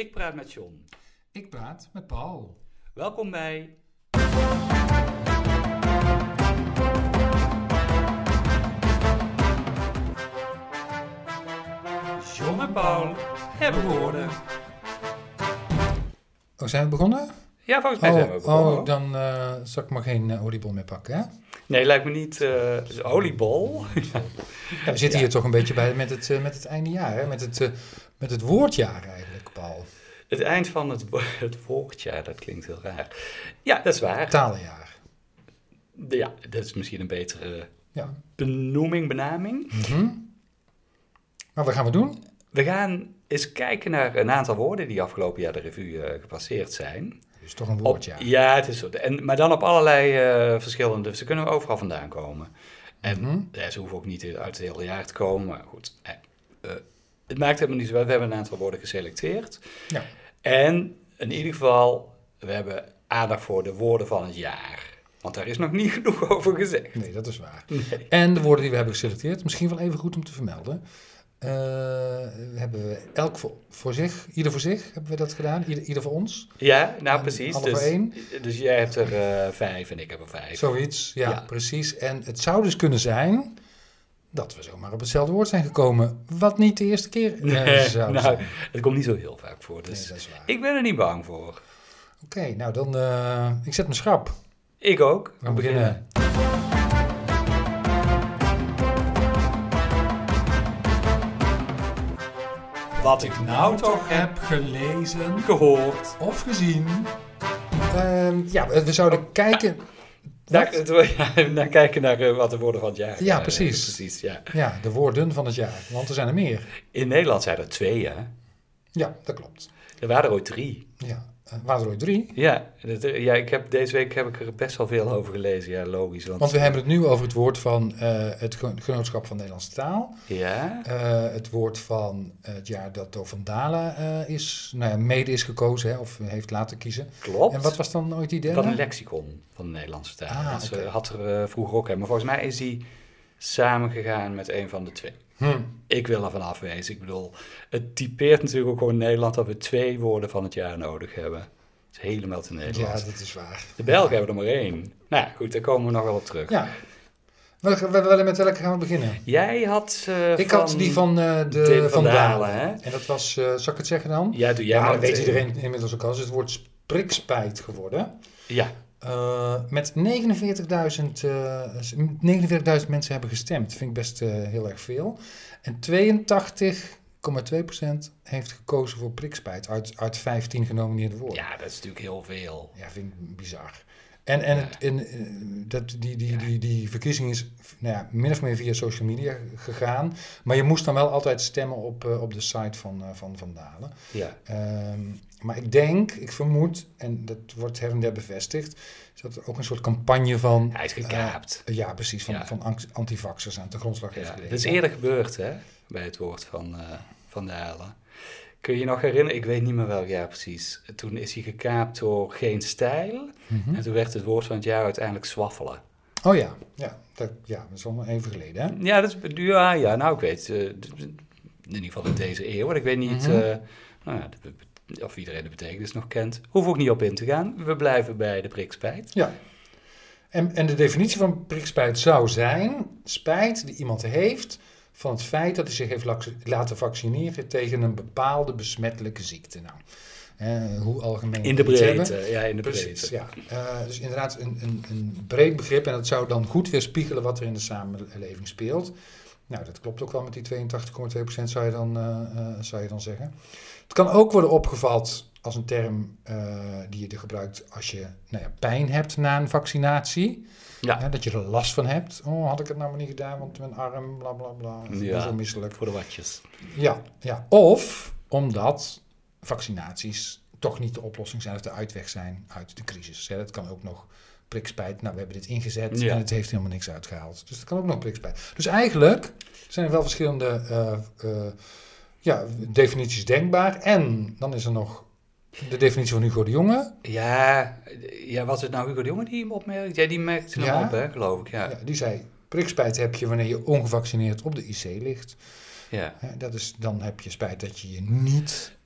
Ik praat met John. Ik praat met Paul. Welkom bij... John en Paul hebben woorden. Oh, zijn we begonnen? Ja, volgens mij zijn we begonnen. Oh, dan zal ik maar geen oliebol meer pakken, hè? Nee, lijkt me niet oliebol. Ja, we zitten hier toch een beetje bij met het einde jaar, hè? Met het woordjaar eigenlijk, Paul. Het eind van het woordjaar, dat klinkt heel raar. Ja, dat is waar. Talenjaar. Ja, dat is misschien een betere benaming. Mm-hmm. Maar wat gaan we doen? We gaan eens kijken naar een aantal woorden die afgelopen jaar de revue gepasseerd zijn. Dus toch een woordjaar. Ja, het is zo. Maar dan op allerlei verschillende... Ze kunnen overal vandaan komen. En ze hoeven ook niet uit het hele jaar te komen. Maar goed, het maakt helemaal niet zo uit. We hebben een aantal woorden geselecteerd. Ja. En in ieder geval, we hebben aandacht voor de woorden van het jaar. Want daar is nog niet genoeg over gezegd. Nee, dat is waar. Nee. En de woorden die we hebben geselecteerd, misschien wel even goed om te vermelden. Hebben we elk voor zich, ieder voor zich, hebben we dat gedaan? Ieder voor ons? Ja, nou en precies. Alle voor één? Dus jij hebt er 5 en ik heb er 5. Zoiets, ja, precies. En het zou dus kunnen zijn dat we zomaar op hetzelfde woord zijn gekomen, wat niet de eerste keer zou zijn. Het komt niet zo heel vaak voor, dus nee, dat is waar. Ik ben er niet bang voor. Oké, nou dan, ik zet mijn schrap. Ik ook. We beginnen. Wat ik nou toch heb gelezen gehoord. of gezien. We zouden kijken... Naar kijken naar wat de woorden van het jaar Ja, precies. Precies, ja. Ja, de woorden van het jaar, want er zijn er meer. In Nederland zijn er 2, hè? Ja, dat klopt. Er waren er ooit 3. Ja, waren er ooit 3? Ja, deze week heb ik er best wel veel over gelezen. Ja, logisch. Want we hebben het nu over het woord van het Genootschap van Nederlandse Taal. Ja. Het woord van het jaar dat door Van Dalen mede is gekozen, hè, of heeft laten kiezen. Klopt. En wat was dan ooit die derde? Van een lexicon van de Nederlandse taal. Dat okay. had er vroeger ook, hè. Maar volgens mij is die samengegaan met een van de 2. Ik wil er van afwezen. Ik bedoel, het typeert natuurlijk ook gewoon in Nederland dat we 2 woorden van het jaar nodig hebben. Dat is helemaal te Nederlands. Ja, dat is waar. De Belgen hebben er maar 1. Nou ja, goed, daar komen we nog wel op terug. Ja. Met welke gaan we beginnen? Jij had ik had die van Van Dalen. Hè? En dat was, zal ik het zeggen dan? Ja, doe jij maar. Dat weet iedereen inmiddels ook al. Dus het wordt sprikspijt geworden. Ja. Met 49.000 mensen hebben gestemd. Dat vind ik best heel erg veel. En 82,2% heeft gekozen voor prikspijt uit 15 genomineerde woorden. Ja, dat is natuurlijk heel veel. Ja, vind ik bizar. Die verkiezing is min of meer via social media gegaan. Maar je moest dan wel altijd stemmen op de site van Dalen. Ja. Maar ik vermoed, en dat wordt her en der bevestigd, is dat er ook een soort campagne van... Hij is gekaapt. Ja, precies, van antivaxers aan de grondslag heeft gelegen. Dat is eerder gebeurd, hè, bij het woord van Dalen. Kun je je nog herinneren? Ik weet niet meer welk jaar precies. Toen is hij gekaapt door Geen Stijl. Mm-hmm. En toen werd het woord van het jaar uiteindelijk zwaffelen. Oh ja. Dat is al even geleden, hè? Ja, nou ik weet, in ieder geval in deze eeuw. Ik weet niet of iedereen de betekenis nog kent. Hoef ook niet op in te gaan. We blijven bij de prikspijt. Ja. En de definitie van prikspijt zou zijn spijt die iemand heeft van het feit dat hij zich heeft laten vaccineren tegen een bepaalde besmettelijke ziekte. Nou, hoe algemeen in de breedte, in de breedte. Ja. Dus inderdaad een breed begrip en dat zou dan goed weerspiegelen wat er in de samenleving speelt. Nou, dat klopt ook wel met die 82,2% zou je dan zeggen. Het kan ook worden opgevat als een term die je gebruikt als je pijn hebt na een vaccinatie. Ja. Dat je er last van hebt. Oh, had ik het nou maar niet gedaan, want mijn arm, bla bla bla. Ja, zo misselijk. Voor de watjes. Ja. Of omdat vaccinaties toch niet de oplossing zijn of de uitweg zijn uit de crisis. Dat kan ook nog prikspijt. Nou, we hebben dit ingezet en het heeft helemaal niks uitgehaald. Dus dat kan ook nog prikspijt. Dus eigenlijk zijn er wel verschillende definities denkbaar. En dan is er nog de definitie van Hugo de Jonge. Ja, was het nou Hugo de Jonge die hem opmerkt? Ja, die merkte hem op, hè, geloof ik. Ja. Die zei, prikspijt heb je wanneer je ongevaccineerd op de IC ligt. Ja. Dan heb je spijt dat je je niet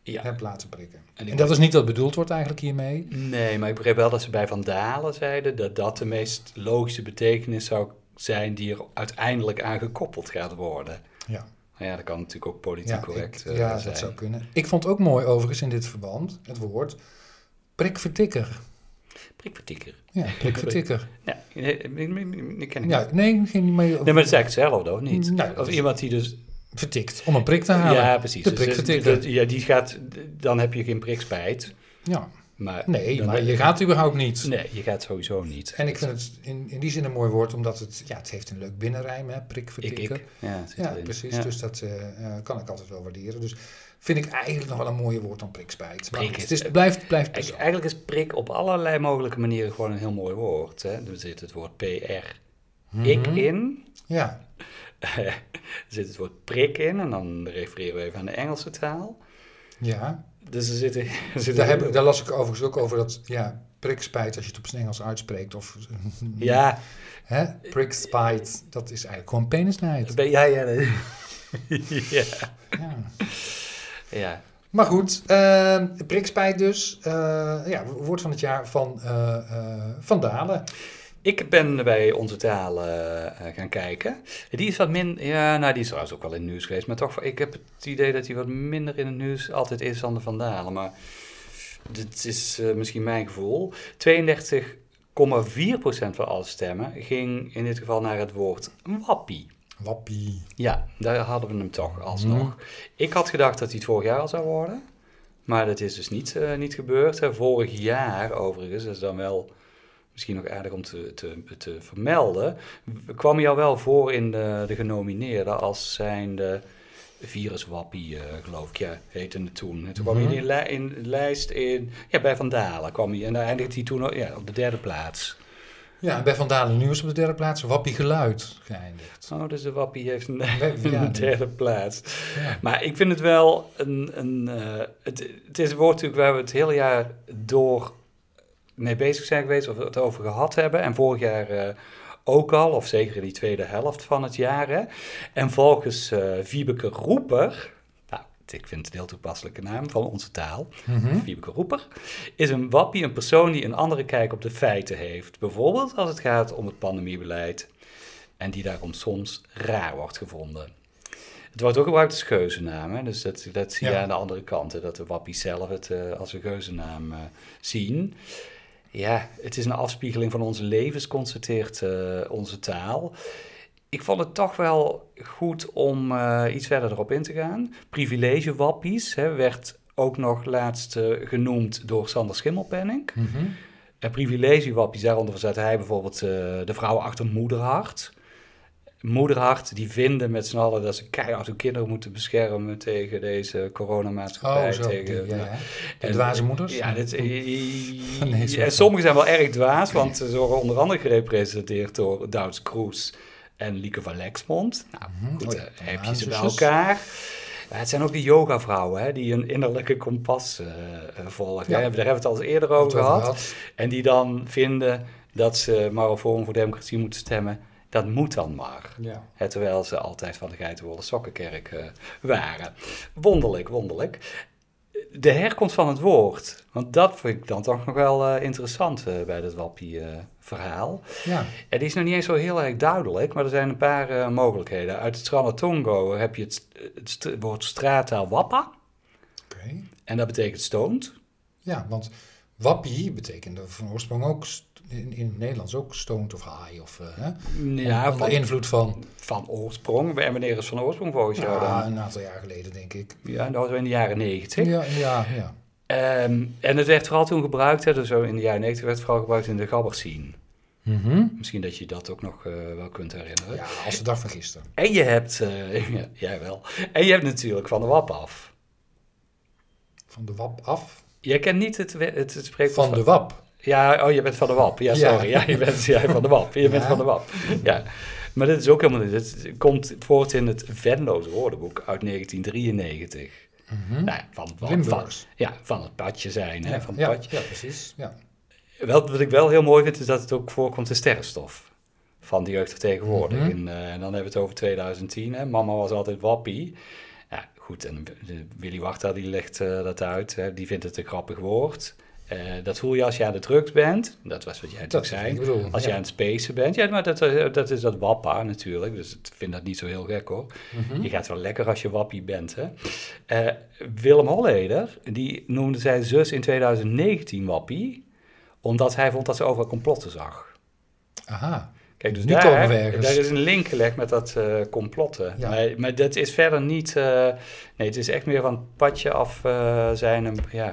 hebt laten prikken. En En dat is niet wat bedoeld wordt eigenlijk hiermee? Nee, maar ik begreep wel dat ze bij Van Dalen zeiden dat dat de meest logische betekenis zou zijn die er uiteindelijk aan gekoppeld gaat worden. Ja. Maar ja, dat kan natuurlijk ook politiek correct zijn. Dat zou kunnen. Ik vond ook mooi overigens in dit verband het woord prikvertikker. Prikvertikker. Ja, prikvertikker. Ja, die ken ik Ja, niet. nee, geen mee. Nee, maar dat is eigenlijk hetzelfde, of niet? Nee, dat Of is- iemand die dus... Vertikt, om een prik te halen. Ja, precies. De Dus prikvertikker. ja, die gaat... Dan heb je geen prikspijt. Ja. Maar Nee, dan maar je gaat überhaupt niet. Nee, je gaat sowieso niet. En ik vind het in die zin een mooi woord, omdat het heeft een leuk binnenrijm, hè, prikvertikker. Ja, het zit Ja, erin. precies. Ja. Dus dat kan ik altijd wel waarderen. Dus vind ik eigenlijk nog wel een mooier woord dan prikspijt. Maar Prik het is- blijft Eigenlijk is prik op allerlei mogelijke manieren gewoon een heel mooi woord. Hè? Er zit het woord PR ik in. Ja, Er zit het woord prik in. En dan refereren we even aan de Engelse taal. ja. Dus er zitten Daar las ik overigens ook over dat prikspijt, als je het op zijn Engels uitspreekt. Of, Ja, hè, prikspijt, dat is eigenlijk gewoon penisnijd. nee. Ja. Ja. Ja. Maar goed, prikspijt dus. Woord van het jaar van Dalen. Ik ben bij Onze Taal gaan kijken. Die is wat minder... Ja, nou, die is trouwens ook wel in het nieuws geweest. Maar toch, ik heb het idee dat hij wat minder in het nieuws altijd is dan de Van Dalen. Maar dit is misschien mijn gevoel. 32,4% van alle stemmen ging in dit geval naar het woord wappie. Wappie. Ja, daar hadden we hem toch alsnog. Ik had gedacht dat hij het vorig jaar al zou worden. Maar dat is dus niet gebeurd. Hè. Vorig jaar overigens, dat is dan wel misschien nog aardig om te vermelden, kwam hij al wel voor in de genomineerden als zijnde viruswappie, geloof ik, ja, heette het toen. En toen kwam hij in de lijst bij Van Dalen kwam hij. En daar eindigde hij toen op de 3e plaats. Ja, en bij Van Dalen nu is op de 3e plaats Wappie Geluid geëindigd. Oh, dus de wappie heeft een Ja, 3e plaats. Ja. Maar ik vind het wel het is een woord natuurlijk waar we het hele jaar door mee bezig zijn geweest, of het over gehad hebben. En vorig jaar ook al, of zeker in die tweede helft van het jaar. Hè. En volgens Wiebeke Roeper, nou, ik vind het een heel toepasselijke naam van Onze Taal, Wiebeke Roeper, is een wappie een persoon die een andere kijk op de feiten heeft. Bijvoorbeeld als het gaat om het pandemiebeleid en die daarom soms raar wordt gevonden. Het wordt ook gebruikt als geuzennaam, hè? Dus dat zie je aan de andere kant, hè? Dat de wappies zelf het als een geuzennaam zien. Ja, het is een afspiegeling van onze levens, constateert Onze Taal. Ik vond het toch wel goed om iets verder erop in te gaan. Privilegewappies werd ook nog laatst genoemd door Sander Schimmelpenninck. En privilegewappies, daaronder verzet hij bijvoorbeeld de vrouwen achter Moederhart. Moederhart, die vinden met z'n allen dat ze keihard hun kinderen moeten beschermen tegen deze coronamaatschappij. Oh, zo. Tegen, de dwaze moeders? Ja, Nee, en sommigen zijn wel erg dwaas, want ze worden onder andere gerepresenteerd door Douds Kroes en Lieke van Lexmond. Nou, goed, heb je ze bij elkaar. Ja, het zijn ook die yogavrouwen, hè, die een innerlijke kompas volgen. Ja. Daar hebben we het al eens eerder over gehad. En die dan vinden dat ze maar op Forum voor Democratie moeten stemmen. Dat moet dan maar. Ja. Terwijl ze altijd van de geitenwolle sokkenkerk waren. Wonderlijk, wonderlijk. De herkomst van het woord. Want dat vind ik dan toch nog wel interessant bij dat wappie-verhaal. Ja. En die is nog niet eens zo heel erg duidelijk, maar er zijn een paar mogelijkheden. Uit het Sranatongo heb je het woord strata wappa. Okay. En dat betekent stoned. Ja, want wappie betekende van oorsprong ook in het Nederlands ook stoned of high. Of, ja, onder invloed van... Van oorsprong. En wanneer is van oorsprong volgens jou dan? Een aantal jaar geleden, denk ik. Ja, dat was in de jaren 90. Ja. En het werd vooral toen gebruikt, hè, dus zo in de jaren 90 werd het vooral gebruikt in de gabberscene. Misschien dat je dat ook nog wel kunt herinneren. Ja, als de dag van gisteren. En je hebt, jij wel, en je hebt natuurlijk Van de Wap af. Van de Wap af? Jij kent niet het spreekwoord van de Wap? Ja, je bent Van de Wap. Ja, sorry. Ja, je bent Van de Wap. Je bent Van de Wap. Ja. Maar dit is ook helemaal niet. Het komt voort in het Venlo's woordenboek uit 1993. Nou, van het padje zijn. Hè, van het padje. Ja, precies. Ja. Wat ik wel heel mooi vind, is dat het ook voorkomt in Sterrenstof. Van de jeugdvertegenwoordiging. En dan hebben we het over 2010. Hè. Mama was altijd wappie. Ja, Goed, en Willy Warta die legt dat uit. Hè, die vindt het een grappig woord. Dat voel je als je aan de drugs bent. Dat was wat jij natuurlijk zei. Als je aan het spacen bent. Ja, maar dat is dat wappa natuurlijk. Dus ik vind dat niet zo heel gek hoor. Mm-hmm. Je gaat wel lekker als je wappie bent. Hè? Willem Holleder, die noemde zijn zus in 2019 wappie. Omdat hij vond dat ze overal complotten zag. Aha. Kijk, dus daar is een link gelegd met dat complotten. Ja. Maar dat is verder niet... nee, het is echt meer van padje af zijn.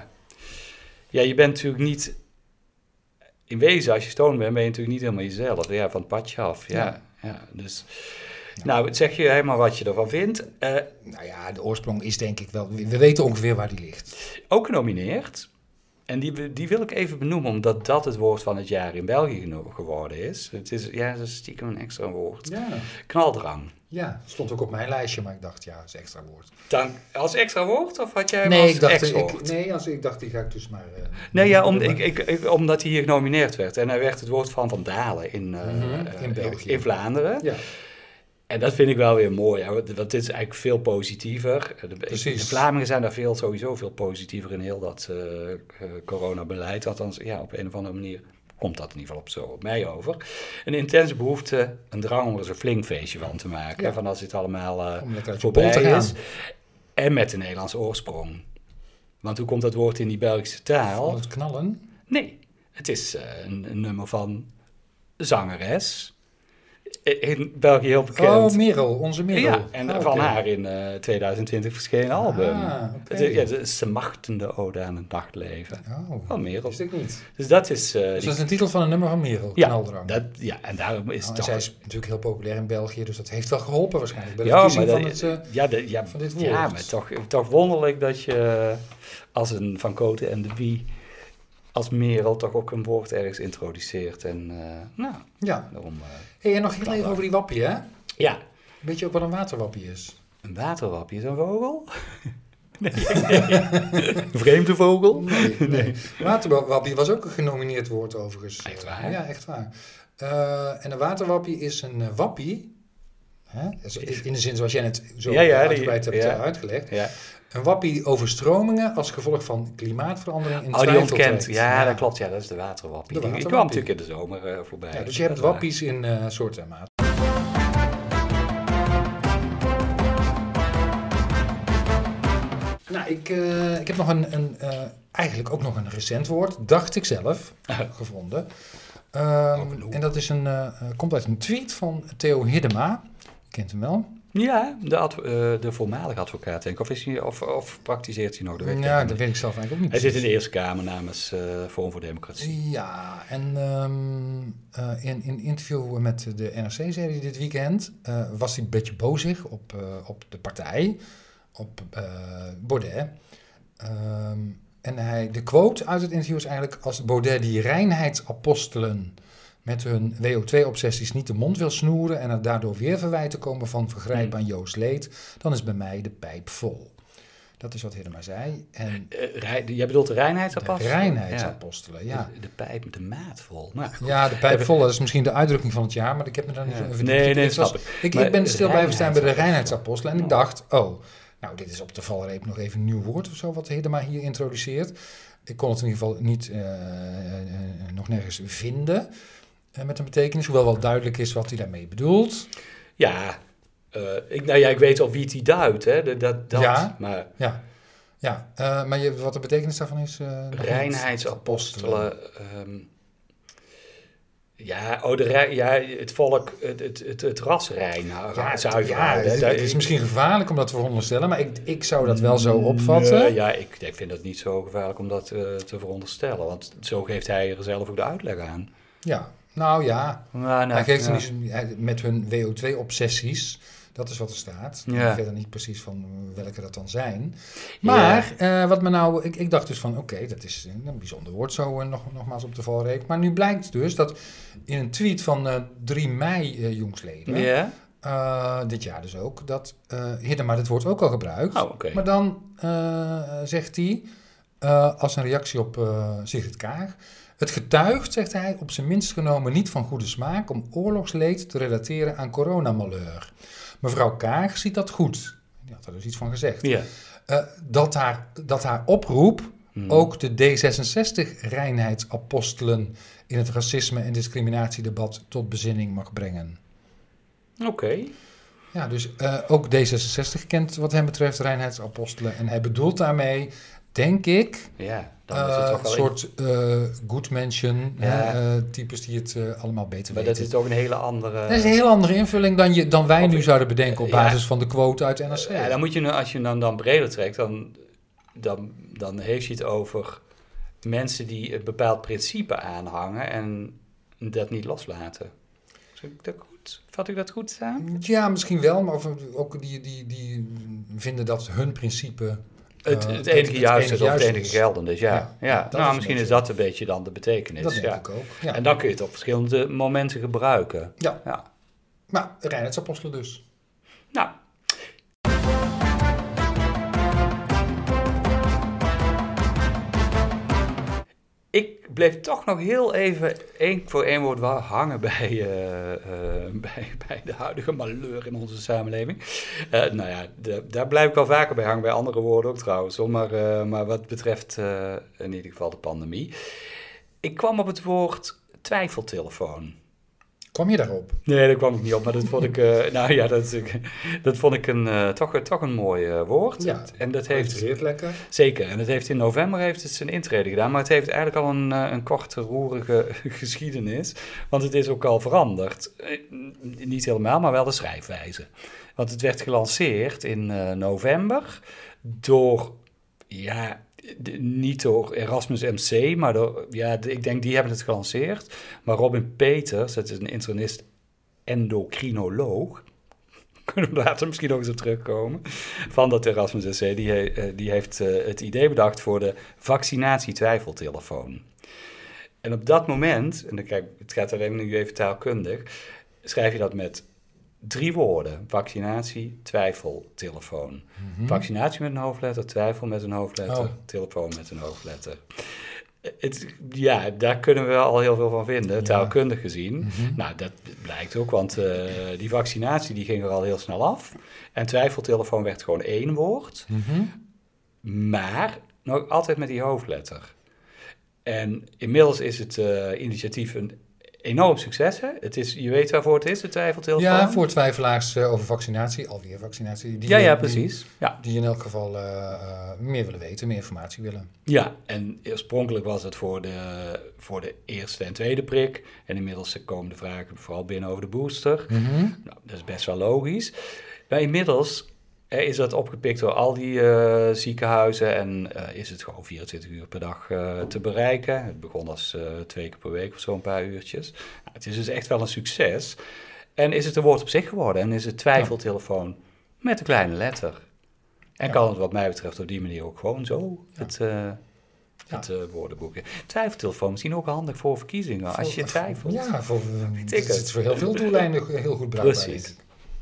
Ja, je bent natuurlijk niet... In wezen, als je stoned bent, ben je natuurlijk niet helemaal jezelf. Ja, van het padje af. Ja. Dus... Ja. Nou, zeg je helemaal wat je ervan vindt. Nou ja, de oorsprong is denk ik wel... We weten ongeveer waar die ligt. Ook genomineerd. En die wil ik even benoemen, omdat dat het woord van het jaar in België geworden is. Het is stiekem een extra woord. Ja. Knaldrang. Ja, stond ook op mijn lijstje, maar ik dacht, ja, dat is een extra woord. Als extra woord, of had jij hem als ex-woord? Ik dacht, die ga ik dus maar... omdat hij hier genomineerd werd. En hij werd het woord van Dalen in België. In Vlaanderen. Ja. En dat vind ik wel weer mooi, want dit is eigenlijk veel positiever. De Vlamingen zijn daar sowieso veel positiever in heel dat coronabeleid. Althans, ja, op een of andere manier komt dat in ieder geval op mij over. Een intense behoefte, een drang om er zo'n flink feestje van te maken. Ja. Van als dit allemaal voorbij is. En met de Nederlandse oorsprong. Want hoe komt dat woord in die Belgische taal? Van het knallen? Nee, het is een nummer van zangeres... In België heel bekend. Oh, Merel, onze Merel. Ja, en van haar in 2020 verschenen album. Okay. Het is de machtende ode aan het nachtleven. Van Merel. Wist ik niet. Dus dat is... dus dat is een titel van een nummer van Merel, Knaldrang. En daarom is het zij is natuurlijk heel populair in België, dus dat heeft wel geholpen waarschijnlijk. Bij de verkiezing van dit woord. Ja, maar toch wonderlijk dat je als een Van Cote en de Bie... als Merel toch ook een woord ergens introduceert. En daarom... En nog heel even over die wappie, hè? Ja. Weet je ook wat een waterwappie is? Een waterwappie is een vogel? Nee. Een vreemde vogel? Nee. Waterwappie was ook een genomineerd woord overigens. Echt waar? Ja, echt waar. En een waterwappie is een wappie. Hè? In de zin zoals jij het zo uitgebreid hebt uitgelegd. Ja. Een wappie over stromingen als gevolg van klimaatverandering in twijfel die ontkent. Ja, dat klopt. Ja, dat is de waterwappie. Die kwam natuurlijk in de zomer voorbij. Ja, dus je hebt wappies in soorten en maten. Nou, ik heb nog eigenlijk ook nog een recent woord, dacht ik zelf, gevonden. En dat is komt uit een tweet van Theo Hiddema. Je kent hem wel. Ja, de voormalige advocaat, denk ik. Of praktiseert hij nog? Dat weet ik zelf eigenlijk ook niet. Hij zit in de Eerste Kamer namens Forum voor Democratie. Ja, en in een interview met de NRC zei hij dit weekend... was hij een beetje bozig op de partij, op Baudet. En de quote uit het interview is eigenlijk... als Baudet die reinheidsapostelen... met hun WO2-obsessies niet de mond wil snoeren... en er daardoor weer verwijten komen van vergrijp aan Joost Leed... dan is bij mij de pijp vol. Dat is wat Hiddema zei. Jij bedoelt de reinheidsapostelen? De reinheidsapostelen, ja. De pijp met de maat vol. Nou, ja, de pijp vol, dat is misschien de uitdrukking van het jaar... maar ik heb me daar niet over verdiept. Nee, snap ik. Ik ben stil blijven staan bij de reinheidsapostelen... en ik dacht, nou, dit is op de valreep nog even een nieuw woord of zo... wat Hiddema hier introduceert. Ik kon het in ieder geval niet nog nergens vinden... met een betekenis, hoewel wel duidelijk is wat hij daarmee bedoelt. Ja, ik weet al wie het die duidt, hè. Maar wat de betekenis daarvan is... reinheidsapostelen... het volk, het ras rein, zuiver houden. Het is misschien gevaarlijk om dat te veronderstellen, maar ik zou dat wel zo opvatten. Ik vind het niet zo gevaarlijk om dat te veronderstellen, want zo geeft hij er zelf ook de uitleg aan. Ja, hij geeft met hun WO2-obsessies, dat is wat er staat. Ik weet verder niet precies van welke dat dan zijn. Maar wat me nou, ik dacht dus van oké, dat is een bijzonder woord zo nogmaals op de valreep. Maar nu blijkt dus dat in een tweet van 3 mei jongsleden, dit jaar dus ook, dat Hiddema dit woord ook al gebruikt. Maar dan zegt hij, als een reactie op Sigrid Kaag... Het getuigt, zegt hij, op zijn minst genomen niet van goede smaak om oorlogsleed te relateren aan coronamalheur. Mevrouw Kaag ziet dat goed. Die had er dus iets van gezegd. Ja. Dat haar oproep ook de D66-reinheidsapostelen in het racisme- en discriminatiedebat tot bezinning mag brengen. Oké. Ja, dus ook D66 kent wat hem betreft reinheidsapostelen. En hij bedoelt daarmee, denk ik, dan is het toch een wel soort good mention, types die het allemaal beter maar weten. dat is toch een hele andere... Dat is een heel andere invulling dan wij nu zouden bedenken op basis van de quote uit NRC. Ja, dan moet je, als je hem dan breder trekt, dan heeft je het over mensen die een bepaald principe aanhangen en dat niet loslaten. Vat ik dat goed samen? Ja, misschien wel, maar ook die vinden dat hun principe het enige juiste is of het enige geldende is. Ja. Nou, misschien is dat een beetje dan de betekenis. Dat denk ik ook. Ja. En dan kun je het op verschillende momenten gebruiken. Ja. Maar reinheidsapostelen dus. Nou. Ik bleef toch nog heel even één voor één woord hangen bij de huidige malheur in onze samenleving. Daar blijf ik wel vaker bij hangen, bij andere woorden ook trouwens. Maar wat betreft in ieder geval de pandemie. Ik kwam op het woord twijfeltelefoon. Kwam je daarop? Nee, daar kwam ik niet op, maar dat vond ik, dat vond ik toch een mooi woord. Ja, en dat heeft lekker. Zeker, en het heeft in november het zijn intrede gedaan, maar het heeft eigenlijk al een korte, roerige geschiedenis, want het is ook al veranderd. Niet helemaal, maar wel de schrijfwijze. Want het werd gelanceerd in november door, niet door Erasmus MC, maar ik denk die hebben het gelanceerd. Maar Robin Peters, dat is een internist endocrinoloog, kunnen we later misschien nog eens op terugkomen, van dat Erasmus MC, die heeft het idee bedacht voor de vaccinatie-twijfeltelefoon. En op dat moment, en dan kijk, het gaat alleen nu even taalkundig, schrijf je dat met 3 woorden. Vaccinatie, twijfel, telefoon. Mm-hmm. Vaccinatie met een hoofdletter, twijfel met een hoofdletter, telefoon met een hoofdletter. Daar kunnen we al heel veel van vinden, taalkundig gezien. Mm-hmm. Nou, dat blijkt ook, want die vaccinatie die ging er al heel snel af. En twijfeltelefoon werd gewoon 1 woord. Mm-hmm. Maar nog altijd met die hoofdletter. En inmiddels is het initiatief een enorm succes, hè? Je weet waarvoor het is, de twijfeltelefoon? Ja, voor twijfelaars over vaccinatie, alweer vaccinatie. Precies. Die in elk geval meer willen weten, meer informatie willen. Ja, en oorspronkelijk was het voor de eerste en tweede prik. En inmiddels komen de vragen vooral binnen over de booster. Mm-hmm. Nou, dat is best wel logisch. Maar inmiddels is dat opgepikt door al die ziekenhuizen en is het gewoon 24 uur per dag te bereiken. Het begon als 2 keer per week of zo, een paar uurtjes. Nou, het is dus echt wel een succes. En is het een woord op zich geworden en is het twijfeltelefoon met een kleine letter. En kan het wat mij betreft op die manier ook gewoon zo het woordenboek. Twijfeltelefoon misschien ook handig voor verkiezingen, als je twijfelt. Ja, het is voor heel veel doeleinden heel goed bruikbaar. Precies.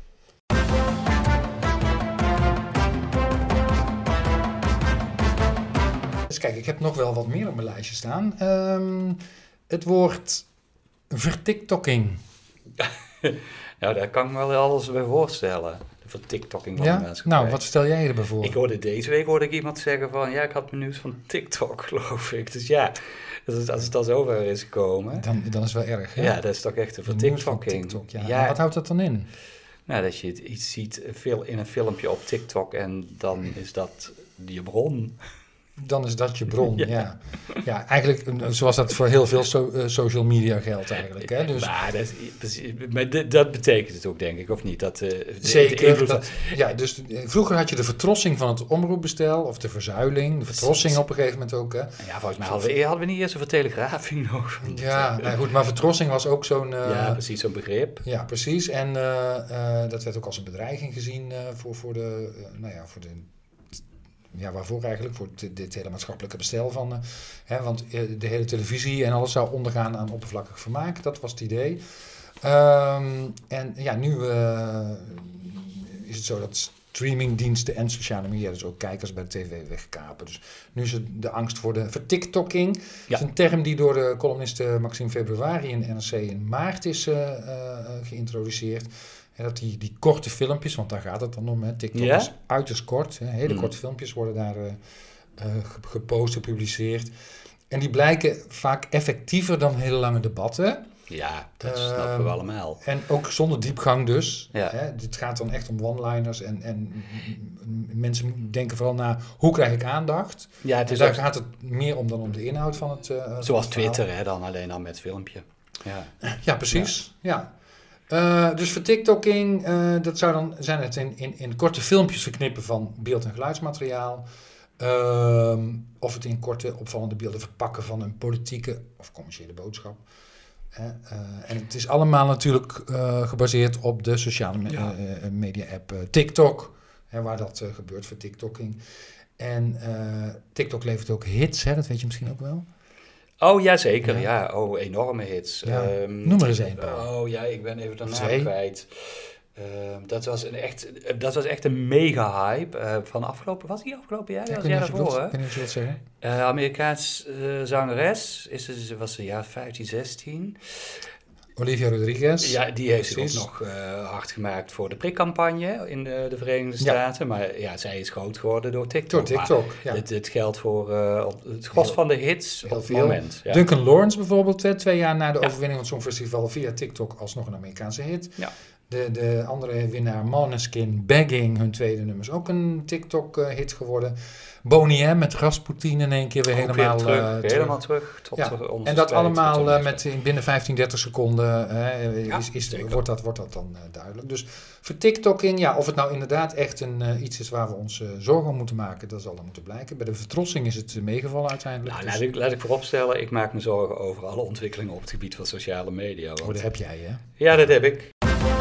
Dus kijk, ik heb nog wel wat meer op mijn lijstje staan. Het woord vertiktokking. Nou, daar kan ik me wel alles bij voorstellen. De vertiktokking van de mensen. Nou, wat stel jij erbij voor? Deze week iemand zeggen van, ik had mijn nieuws van TikTok, geloof ik. Dus ja, als het al zover is gekomen. Dan is het wel erg, hè? Ja, dat is toch echt een vertiktokking. TikTok, ja. Wat houdt dat dan in? Nou, dat je iets ziet in een filmpje op TikTok en dan is dat je bron. Dan is dat je bron, ja. Eigenlijk zoals dat voor heel veel social media geldt eigenlijk. Hè? Dus, maar dat betekent het ook, denk ik, of niet? Zeker. Dus vroeger had je de vertrossing van het omroepbestel, of de verzuiling, de vertrossing op een gegeven moment ook. Hè? Ja, volgens mij hadden we niet eerst over telegrafing nog. Ja, nou goed, maar vertrossing was ook zo'n... precies, zo'n begrip. Ja, precies. En dat werd ook als een bedreiging gezien voor de... waarvoor eigenlijk? Voor dit hele maatschappelijke bestel van... want de hele televisie en alles zou ondergaan aan oppervlakkig vermaak. Dat was het idee. Nu is het zo dat streamingdiensten en sociale media, dus ook kijkers bij de tv, wegkapen. Dus nu is het de angst voor de vertiktokking. Ja. Dat is een term die door de columnist Maxime Februari in NRC in maart is geïntroduceerd. En dat die korte filmpjes, want daar gaat het dan om. Hè. TikTok is uiterst kort. Hè. Hele korte filmpjes worden daar gepost, gepubliceerd. En die blijken vaak effectiever dan hele lange debatten. Ja, dat snappen we allemaal. En ook zonder diepgang dus. Ja. Hè. Dit gaat dan echt om one-liners. En mensen denken vooral na, hoe krijg ik aandacht? Ja, het is daar gaat het meer om dan om de inhoud van het zoals het Twitter, hè, dan alleen al met filmpje. Ja, precies. Ja. Dus vertiktoking, dat zou dan zijn het in korte filmpjes verknippen van beeld- en geluidsmateriaal. Of het in korte opvallende beelden verpakken van een politieke of commerciële boodschap. En het is allemaal natuurlijk gebaseerd op de sociale media app TikTok. Waar dat gebeurt, vertiktokking. En TikTok levert ook hits, hè, dat weet je misschien ook wel. Oh, ja, zeker. Ja. Oh, enorme hits. Ja. Noem er eens een. Oh ja, ik ben even de naam kwijt. Dat was echt een mega hype van afgelopen jaar? Ik Dat weet jaar niet daarvoor, wat je wilt zeggen. Amerikaans zangeres, was ze 15, 16. Olivia Rodriguez. Ja, die heeft zich ook nog hard gemaakt voor de prikcampagne in de Verenigde Staten. Maar ja, zij is groot geworden door TikTok. Door TikTok, Het geldt voor het gros van de hits op het moment. Ja. Duncan Lawrence bijvoorbeeld, 2 jaar na de overwinning van het Songfestival via TikTok alsnog een Amerikaanse hit. Ja. De andere winnaar, Måneskin, Begging, hun tweede nummer, is ook een TikTok-hit geworden. Boney M met Rasputin in één keer weer helemaal terug. Tot onze en dat allemaal binnen 15-30 seconden wordt dat dan duidelijk. Dus vertiktoking, of het nou inderdaad echt iets is waar we ons zorgen om moeten maken, dat zal dan moeten blijken. Bij de vertrossing is het meegevallen uiteindelijk. Nou, laat ik vooropstellen, ik maak me zorgen over alle ontwikkelingen op het gebied van sociale media. Want... dat heb jij, hè? Ja, dat heb ik.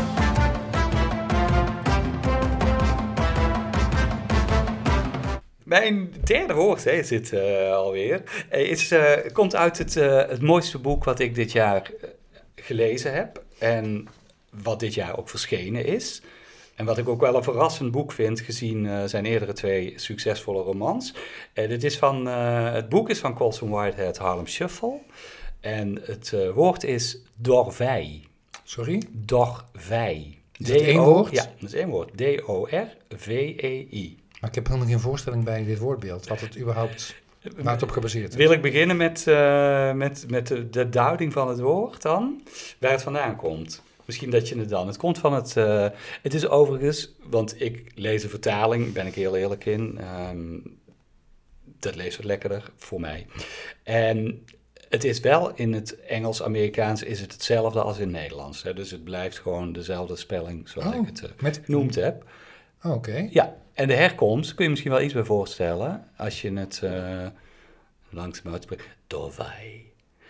Mijn derde woord is dit alweer. Komt uit het mooiste boek wat ik dit jaar gelezen heb. En wat dit jaar ook verschenen is. En wat ik ook wel een verrassend boek vind, gezien zijn eerdere 2 succesvolle romans. Het boek is van Colson Whitehead, Harlem Shuffle. En het woord is Dorvey. Sorry? Dorvey. Is dat 1 woord? Ja, dat is 1 woord. D-O-R-V-E-I. Maar ik heb helemaal geen voorstelling bij dit woordbeeld, waar het op gebaseerd is. Wil ik beginnen met de duiding van het woord dan? Waar het vandaan komt. Misschien dat je het dan... Het komt van het is overigens, want ik lees de vertaling, ben ik heel eerlijk in. Dat leest wat lekkerder voor mij. En het is wel in het Engels-Amerikaans is het hetzelfde als in het Nederlands. Hè? Dus het blijft gewoon dezelfde spelling zoals ik het genoemd heb. Oké. Ja, en de herkomst kun je misschien wel iets bij voorstellen als je het langzaam uitspreekt. Dorvey.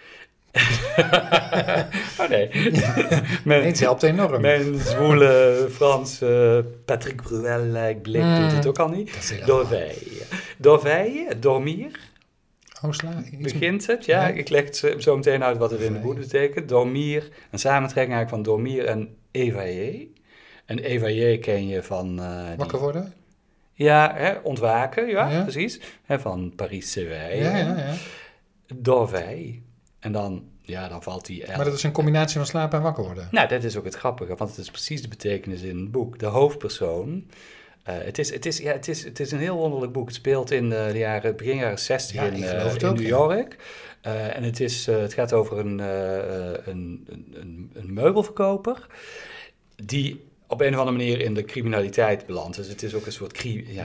Oh nee. Het helpt enorm. Mijn zwoele Frans Patrick Bruel blik doet het ook al niet. Dorvey. Dorvey, dormir. Begint het, ja. Ik leg het zo meteen uit wat het in de boek betekent. Dormir, een samentrekking eigenlijk van dormir en éveillé. En éveillé ken je van... wakker worden? Ja, ontwaken, ja. Precies. Van Paris Séveille. Ja. Dorvey. En dan valt die L. Maar dat is een combinatie van slapen en wakker worden? Nou, dat is ook het grappige, want het is precies de betekenis in het boek. De hoofdpersoon... Het is een heel wonderlijk boek. Het speelt in begin jaren 60 in New York. En het gaat over een meubelverkoper die op een of andere manier in de criminaliteit belandt. Dus het is ook een soort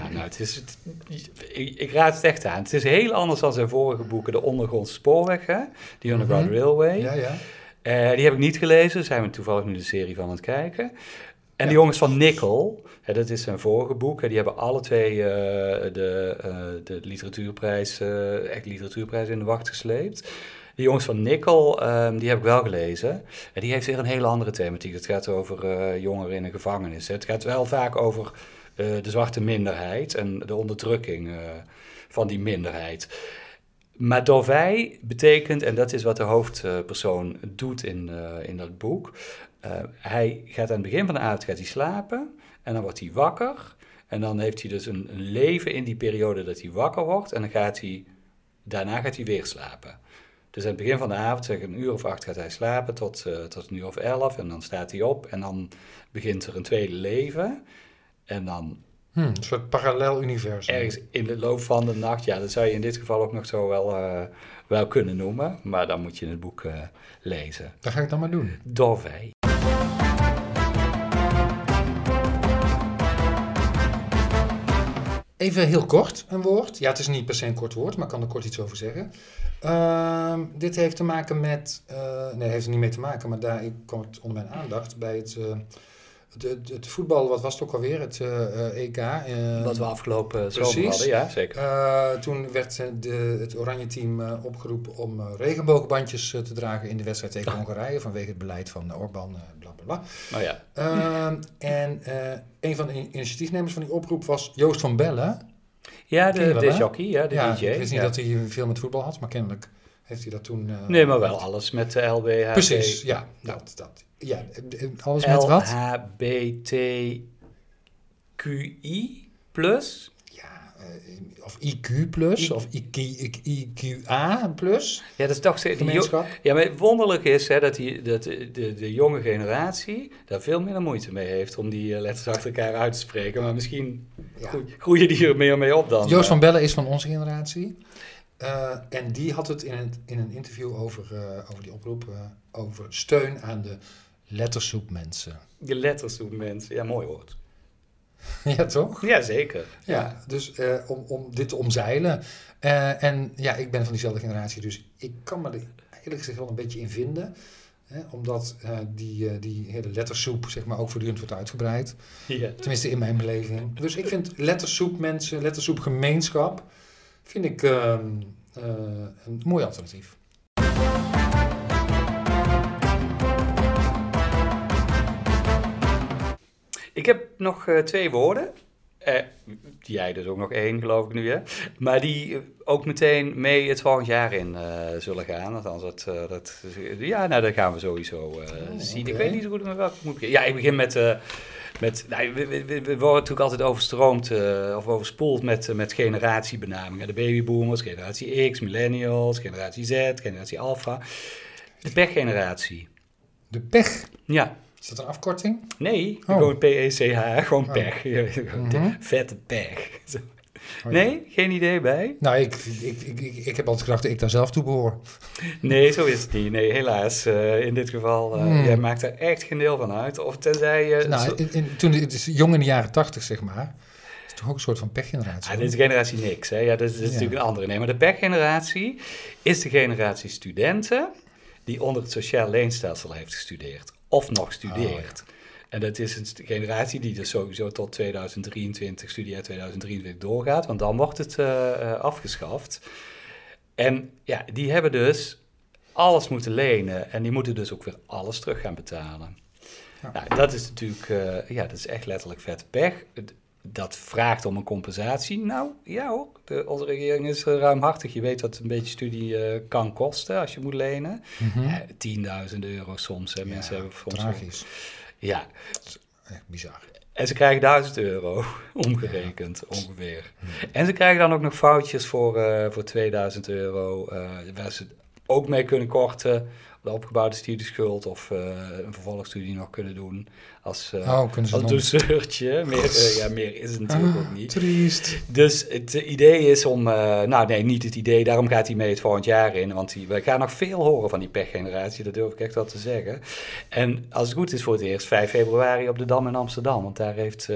ik raad het echt aan. Het is heel anders dan zijn vorige boeken. De Ondergrondse Spoorweg, hè? Die Underground Railway. Ja. Die heb ik niet gelezen. Daar zijn we toevallig nu de serie van aan het kijken. En de jongens van Nickel, dat is zijn vorige boek. Die hebben alle 2 de literatuurprijs, echt literatuurprijs in de wacht gesleept. De jongens van Nickel, die heb ik wel gelezen. En die heeft weer een hele andere thematiek. Het gaat over jongeren in een gevangenis. Het gaat wel vaak over de zwarte minderheid en de onderdrukking van die minderheid. Maar Dorvey betekent, en dat is wat de hoofdpersoon doet in dat boek... hij gaat aan het begin van de avond slapen en dan wordt hij wakker. En dan heeft hij dus een leven in die periode dat hij wakker wordt. En daarna gaat hij weer slapen. Dus aan het begin van de avond, zeg een uur of 8 gaat hij slapen tot een uur of 11. En dan staat hij op en dan begint er een tweede leven. En dan Een soort parallel universum. ergens in de loop van de nacht, ja, dat zou je in dit geval ook nog zo wel kunnen noemen. Maar dan moet je het boek lezen. Dat ga ik dan maar doen. Dorvey. Even heel kort een woord. Ja, het is niet per se een kort woord, maar ik kan er kort iets over zeggen. Dit heeft te maken met... nee, heeft er niet mee te maken, maar daar komt onder mijn aandacht bij het voetbal, wat was het ook alweer? Het EK. Wat we afgelopen zomer hadden, ja, zeker. Toen werd het oranje team opgeroepen om regenboogbandjes te dragen in de wedstrijd tegen Hongarije, vanwege het beleid van Orbán, bla bla bla. Oh ja. En een van de initiatiefnemers van die oproep was Joost van Bellen. Ja, Ken je wel, de hè? jockey, ja, de DJ. Ik wist niet dat hij veel met voetbal had, maar kennelijk heeft hij dat toen... Nee, maar wel alles met de LBHT. Precies, ja. Dat. Ja, alles met wat? LHBTQI plus. Ja, of IQ plus, of IQA plus. Ja, dat is toch... Gemeenschap. Ja, maar het wonderlijke is hè, dat de jonge generatie daar veel minder moeite mee heeft om die letters achter elkaar uit te spreken. Maar misschien groeien die er meer mee op dan. Joost van Bellen is van onze generatie. En die had het in een interview over die oproep, over steun aan de lettersoepmensen. De lettersoepmensen, ja, mooi woord. Ja, toch? Ja, zeker. Ja, dus om dit te omzeilen. En ja, ik ben van diezelfde generatie, dus ik kan me er eigenlijk gezegd wel een beetje in vinden. Omdat die hele lettersoep zeg maar, ook voortdurend wordt uitgebreid. Ja. Tenminste in mijn beleving. Dus ik vind lettersoepmensen, lettersoepgemeenschap, vind ik een mooi alternatief. Ik heb nog 2 woorden. Jij dus ook nog 1, geloof ik nu, hè? Maar die ook meteen mee het volgend jaar in zullen gaan. Althans, dat gaan we sowieso zien. Okay. Ik weet niet zo goed met welke ik moet beginnen. Ja, ik begin met we worden natuurlijk altijd overstroomd of overspoeld met generatiebenamingen. De babyboomers, generatie X, millennials, generatie Z, generatie Alpha. De pechgeneratie. De pech? Ja. Is dat een afkorting? Nee, gewoon PECH, gewoon pech. Vette pech. Nee, geen idee bij? Nou, ik heb altijd gedacht dat ik daar zelf toe behoor. Nee, zo is het niet. Nee, helaas. In dit geval, jij maakt er echt geen deel van uit. Of tenzij je... Toen het is jong in de jaren 80, zeg maar. Is toch ook een soort van pechgeneratie? Dit is generatie niks. Hè? Ja, dat is natuurlijk een andere. Nee, maar de pechgeneratie is de generatie studenten die onder het sociaal leenstelsel heeft gestudeerd. Of nog studeert. Oh, ja. En dat is een generatie die dus sowieso tot 2023, studiejaar 2023 doorgaat. Want dan wordt het afgeschaft. En ja, die hebben dus alles moeten lenen. En die moeten dus ook weer alles terug gaan betalen. Ja. Nou, dat is natuurlijk, dat is echt letterlijk vet pech. Dat vraagt om een compensatie. Nou, ja hoor, onze regering is ruimhartig. Je weet wat een beetje studie kan kosten als je moet lenen. €10.000 soms. Hè. Mensen hebben soms tragisch. Ja. Echt bizar. En ze krijgen €1.000 omgerekend ongeveer. En ze krijgen dan ook nog foutjes voor €2.000. Waar ze ook mee kunnen korten. De opgebouwde studieschuld of een vervolgstudie nog kunnen doen als douceurtje. Meer is het natuurlijk ook niet. Triest. Dus het idee is om... niet het idee, daarom gaat hij mee het volgend jaar in. Want we gaan nog veel horen van die pechgeneratie, dat durf ik echt wel te zeggen. En als het goed is voor het eerst 5 februari op de Dam in Amsterdam. Want daar heeft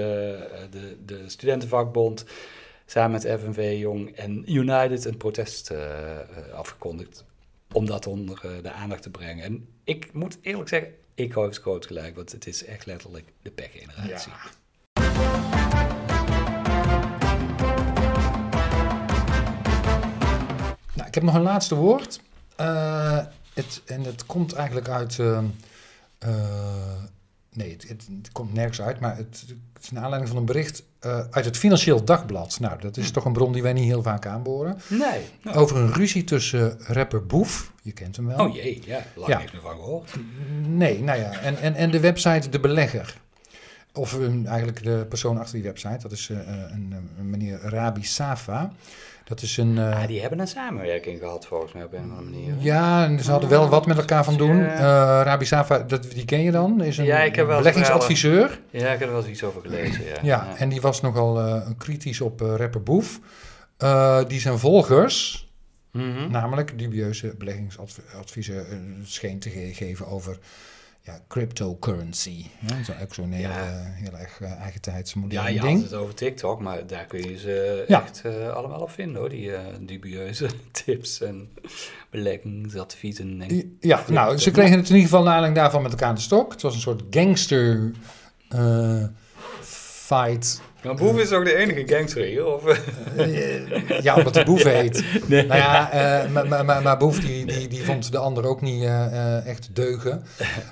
de studentenvakbond samen met FNV Jong en United een protest afgekondigd. Om dat onder de aandacht te brengen. En ik moet eerlijk zeggen, ik hou even groot gelijk, want het is echt letterlijk de pechgeneratie. Ja. Nou, ik heb nog een laatste woord. Het komt eigenlijk uit... het komt nergens uit, maar het is een aanleiding van een bericht uit het Financieel Dagblad. Nou, dat is toch een bron die wij niet heel vaak aanboren. Nee. No. Over een ruzie tussen rapper Boef, je kent hem wel. Oh jee, lang niks meer van gehoord. Nee, nou ja, en de website De Belegger. Of eigenlijk de persoon achter die website. Dat is een meneer Rabi Safa. Dat is een... die hebben een samenwerking gehad volgens mij op een of andere manier. Ja, en ze hadden wel wat met elkaar van doen. Rabi Safa, die ken je dan? Is een beleggingsadviseur. Ja, ik heb er wel eens iets over gelezen. Ja, en die was nogal kritisch op rapper Boef. Die zijn volgers, namelijk dubieuze beleggingsadviezen, scheen te geven over cryptocurrency. Ja, dat is ook zo'n heel erg eigentijds moderne ding. Ja, je had het over TikTok, maar daar kun je ze echt allemaal op vinden, hoor. Die dubieuze tips en beleggingsadviezen. Nou, ze kregen het in ieder geval naar aanleiding daarvan met elkaar aan de stok. Het was een soort gangster fight. Maar Boef is ook de enige gangster hier, of? Ja, omdat hij Boef heet. Nee. Nou ja, maar Boef die vond de ander ook niet echt deugen.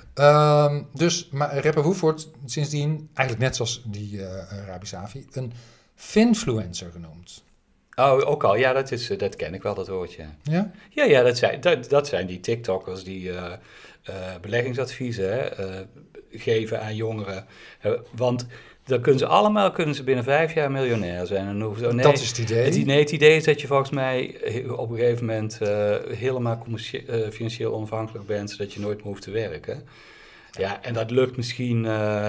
Maar rapper Boef wordt sindsdien, eigenlijk net zoals die Rabi Safi, een finfluencer genoemd. Oh, ook al. Ja, dat ken ik wel, dat woordje. Ja? Ja, dat zijn die TikTokkers die beleggingsadviezen geven aan jongeren. Want... Dan kunnen ze binnen 5 jaar miljonair zijn. En dat is het idee. Het idee is dat je volgens mij op een gegeven moment helemaal financieel onafhankelijk bent, zodat je nooit meer hoeft te werken. Ja, en dat lukt misschien 1%,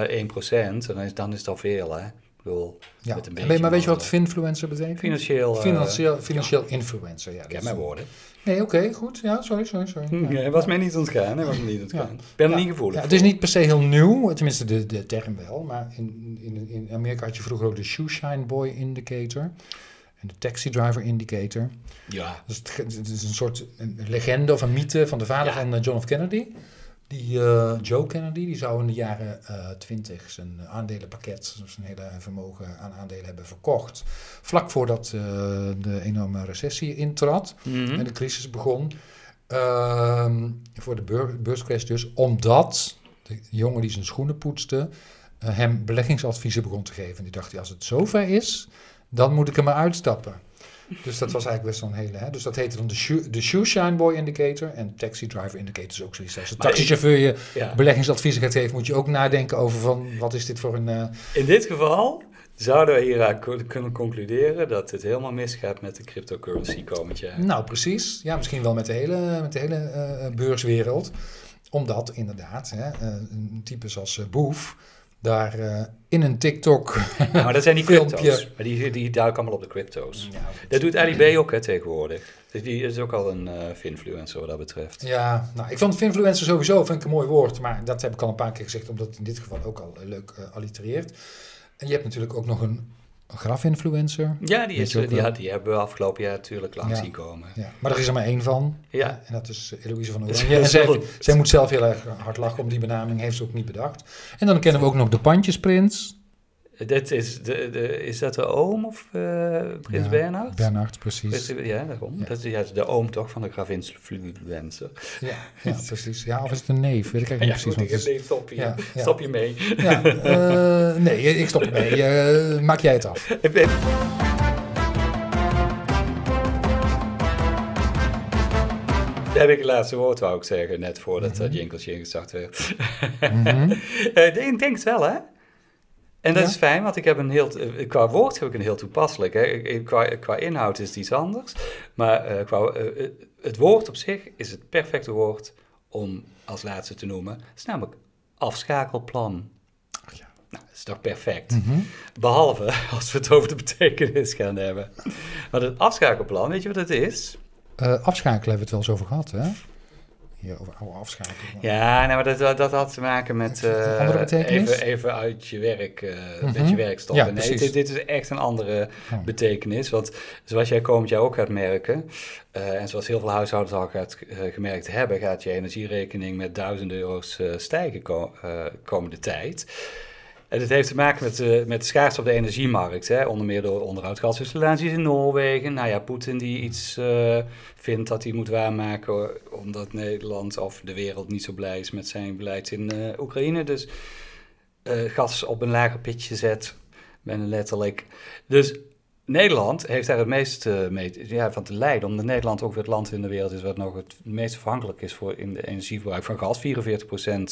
en dan is het al veel, hè. Ik bedoel, met een beetje maar weet je wat finfluencer betekent? Financieel influencer, ja. Ik heb mijn woorden. Nee, oké, goed. Ja, sorry. Ja, was mij niet ontgaan. Ik ben er niet gevoelig voor. Het is niet per se heel nieuw, tenminste de term wel. Maar in Amerika had je vroeger ook de Shoeshine Boy Indicator en de Taxi Driver Indicator. Ja. Dus het is een soort legende of een mythe van de vader van John F. Kennedy. Joe Kennedy, die zou in de jaren 20 zijn aandelenpakket, dus een hele vermogen aan aandelen hebben verkocht. Vlak voordat de enorme recessie intrad en de crisis begon. Voor de beurscrash dus, omdat de jongen die zijn schoenen poetste hem beleggingsadviezen begon te geven. Die dacht, als het zover is, dan moet ik er maar uitstappen. Dus dat was eigenlijk best wel een hele... Hè? Dus dat heette dan de Shoeshine Boy Indicator. En Taxi Driver Indicator is ook zoiets. Als de taxichauffeur je beleggingsadviezen gaat geven, moet je ook nadenken over van, wat is dit voor een... In dit geval zouden we hieruit kunnen concluderen dat het helemaal misgaat met de cryptocurrency komend jaar. Nou, precies. Ja, misschien wel met de hele beurswereld. Omdat inderdaad, een type zoals Boef daar in een TikTok maar dat zijn die filmpje. Crypto's. Maar die duiken allemaal op de crypto's. Ja, dat doet Ali B ook tegenwoordig. Dus die is ook al een finfluencer wat dat betreft. Ja, nou, ik vond finfluencer sowieso vind ik een mooi woord. Maar dat heb ik al een paar keer gezegd, omdat het in dit geval ook al leuk allitereert. En je hebt natuurlijk ook nog een grafinfluencer. Ja, die hebben we afgelopen jaar natuurlijk langs zien komen. Ja, maar er is er maar één van. Ja. En dat is Eloïse van Oranje. En zij moet zelf heel erg hard lachen om die benaming. Heeft ze ook niet bedacht. En dan kennen we ook nog de Pandjesprins. Is dat de oom of Prins Bernhard? Bernhard, precies. Ja, daarom. Ja. Dat is de oom toch van de grafinfluencer. Ja, precies. Ja, of is het een neef? Weet ik eigenlijk niet precies. Nee, stop je mee. Ja, nee, ik stop ermee. Maak jij het af. Heb ik het laatste woord, wou ik zeggen, net voordat dat jinkeltje ingestart werd. Ik denk het wel, hè? En dat is fijn, want ik heb qua woord heb ik een heel toepasselijk. Hè. Qua inhoud is het iets anders. Maar het woord op zich is het perfecte woord om als laatste te noemen. Het is namelijk afschakelplan. Ach ja. Nou, dat is toch perfect. Behalve als we het over de betekenis gaan hebben. Maar het afschakelplan, weet je wat het is? Afschakelen hebben we het wel eens over gehad, hè? Hier over oude afschakelen. Ja, nou, maar dat had te maken met even uit je werk, met je werk stoppen. Ja, nee, dit is echt een andere betekenis. Want zoals jij komend jaar ook gaat merken, en zoals heel veel huishoudens al gemerkt hebben, gaat je energierekening met €1000 stijgen komende tijd. En het heeft te maken met de schaarste op de energiemarkt. Hè? Onder meer door onderhoudsgasinstallaties in Noorwegen. Nou ja, Poetin die iets vindt dat hij moet waarmaken omdat Nederland of de wereld niet zo blij is met zijn beleid in Oekraïne. Dus gas op een lager pitje zet, bijna letterlijk. Dus Nederland heeft daar het meest van te lijden, omdat Nederland ook weer het land in de wereld is wat nog het meest afhankelijk is voor in de energieverbruik van gas. 44%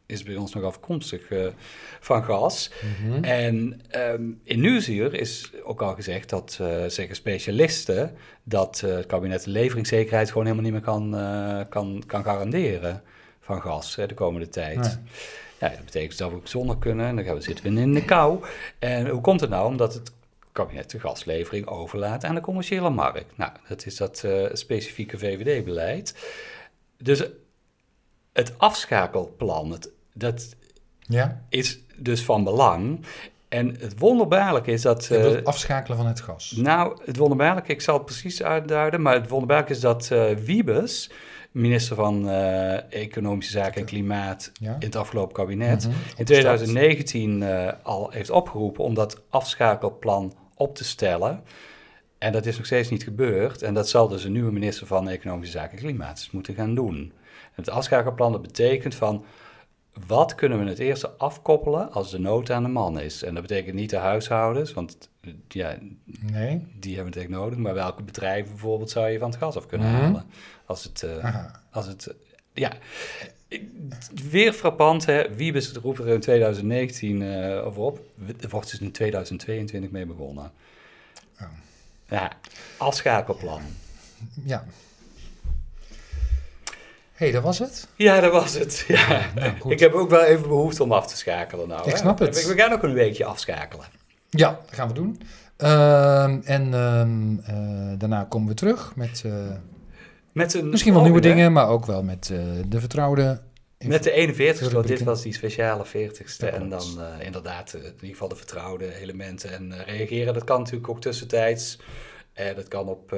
is bij ons nog afkomstig van gas. Mhm. En in Nieuwsuur is ook al gezegd dat, zeggen specialisten, dat het kabinet de leveringszekerheid gewoon helemaal niet meer kan garanderen van gas de komende tijd. Nee. Ja, dat betekent dat we ook zonder kunnen en dan zitten we in de kou. En hoe komt het nou? Omdat het kabinet de gaslevering overlaat aan de commerciële markt. Nou, dat is dat specifieke VVD-beleid. Dus het afschakelplan, dat is dus van belang. En het wonderbaarlijke is dat... Je wilt afschakelen van het gas. Nou, het wonderbaarlijke, ik zal het precies uitduiden, maar het wonderbaarlijke is dat Wiebes, minister van Economische Zaken en Klimaat in het afgelopen kabinet, in 2019 al heeft opgeroepen om dat afschakelplan op te stellen. En dat is nog steeds niet gebeurd. En dat zal dus een nieuwe minister van Economische Zaken en Klimaat moeten gaan doen. En het afschakelplan, dat betekent van, wat kunnen we het eerste afkoppelen als de nood aan de man is? En dat betekent niet de huishoudens, want ja, die hebben het echt nodig. Maar welke bedrijven bijvoorbeeld zou je van het gas af kunnen halen? Als het weer frappant, hè? Wiebes roept er in 2019 over op. Er wordt dus in 2022 mee begonnen. Oh. Ja, afschakelplan. Ja. Hé, dat was het? Ja, dat was het. Ja. Nou, goed. Ik heb ook wel even behoefte om af te schakelen nou. Ik snap het. We gaan ook een weekje afschakelen. Ja, dat gaan we doen. Daarna komen we terug met misschien wel nieuwe dingen, maar ook wel met de vertrouwde... Met de 41ste, want dit rubrieken. was die speciale 40ste. Ja, en dan inderdaad in ieder geval de vertrouwde elementen. En reageren, dat kan natuurlijk ook tussentijds. Dat kan op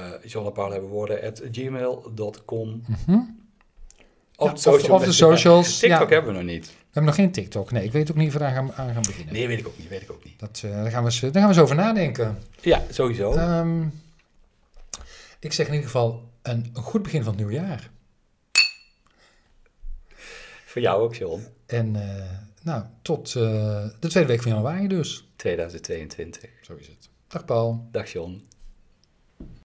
johnpaulhebbenwoorden@gmail.com. Of de socials. TikTok hebben we nog niet. We hebben nog geen TikTok. Nee, ik weet ook niet of we daar aan gaan beginnen. Nee, weet ik ook niet. Daar gaan we eens over nadenken. Ja, sowieso. Ik zeg in ieder geval een goed begin van het nieuwe jaar. Voor jou ook, John. En tot de tweede week van januari dus. 2022. Zo is het. Dag Paul. Dag, John.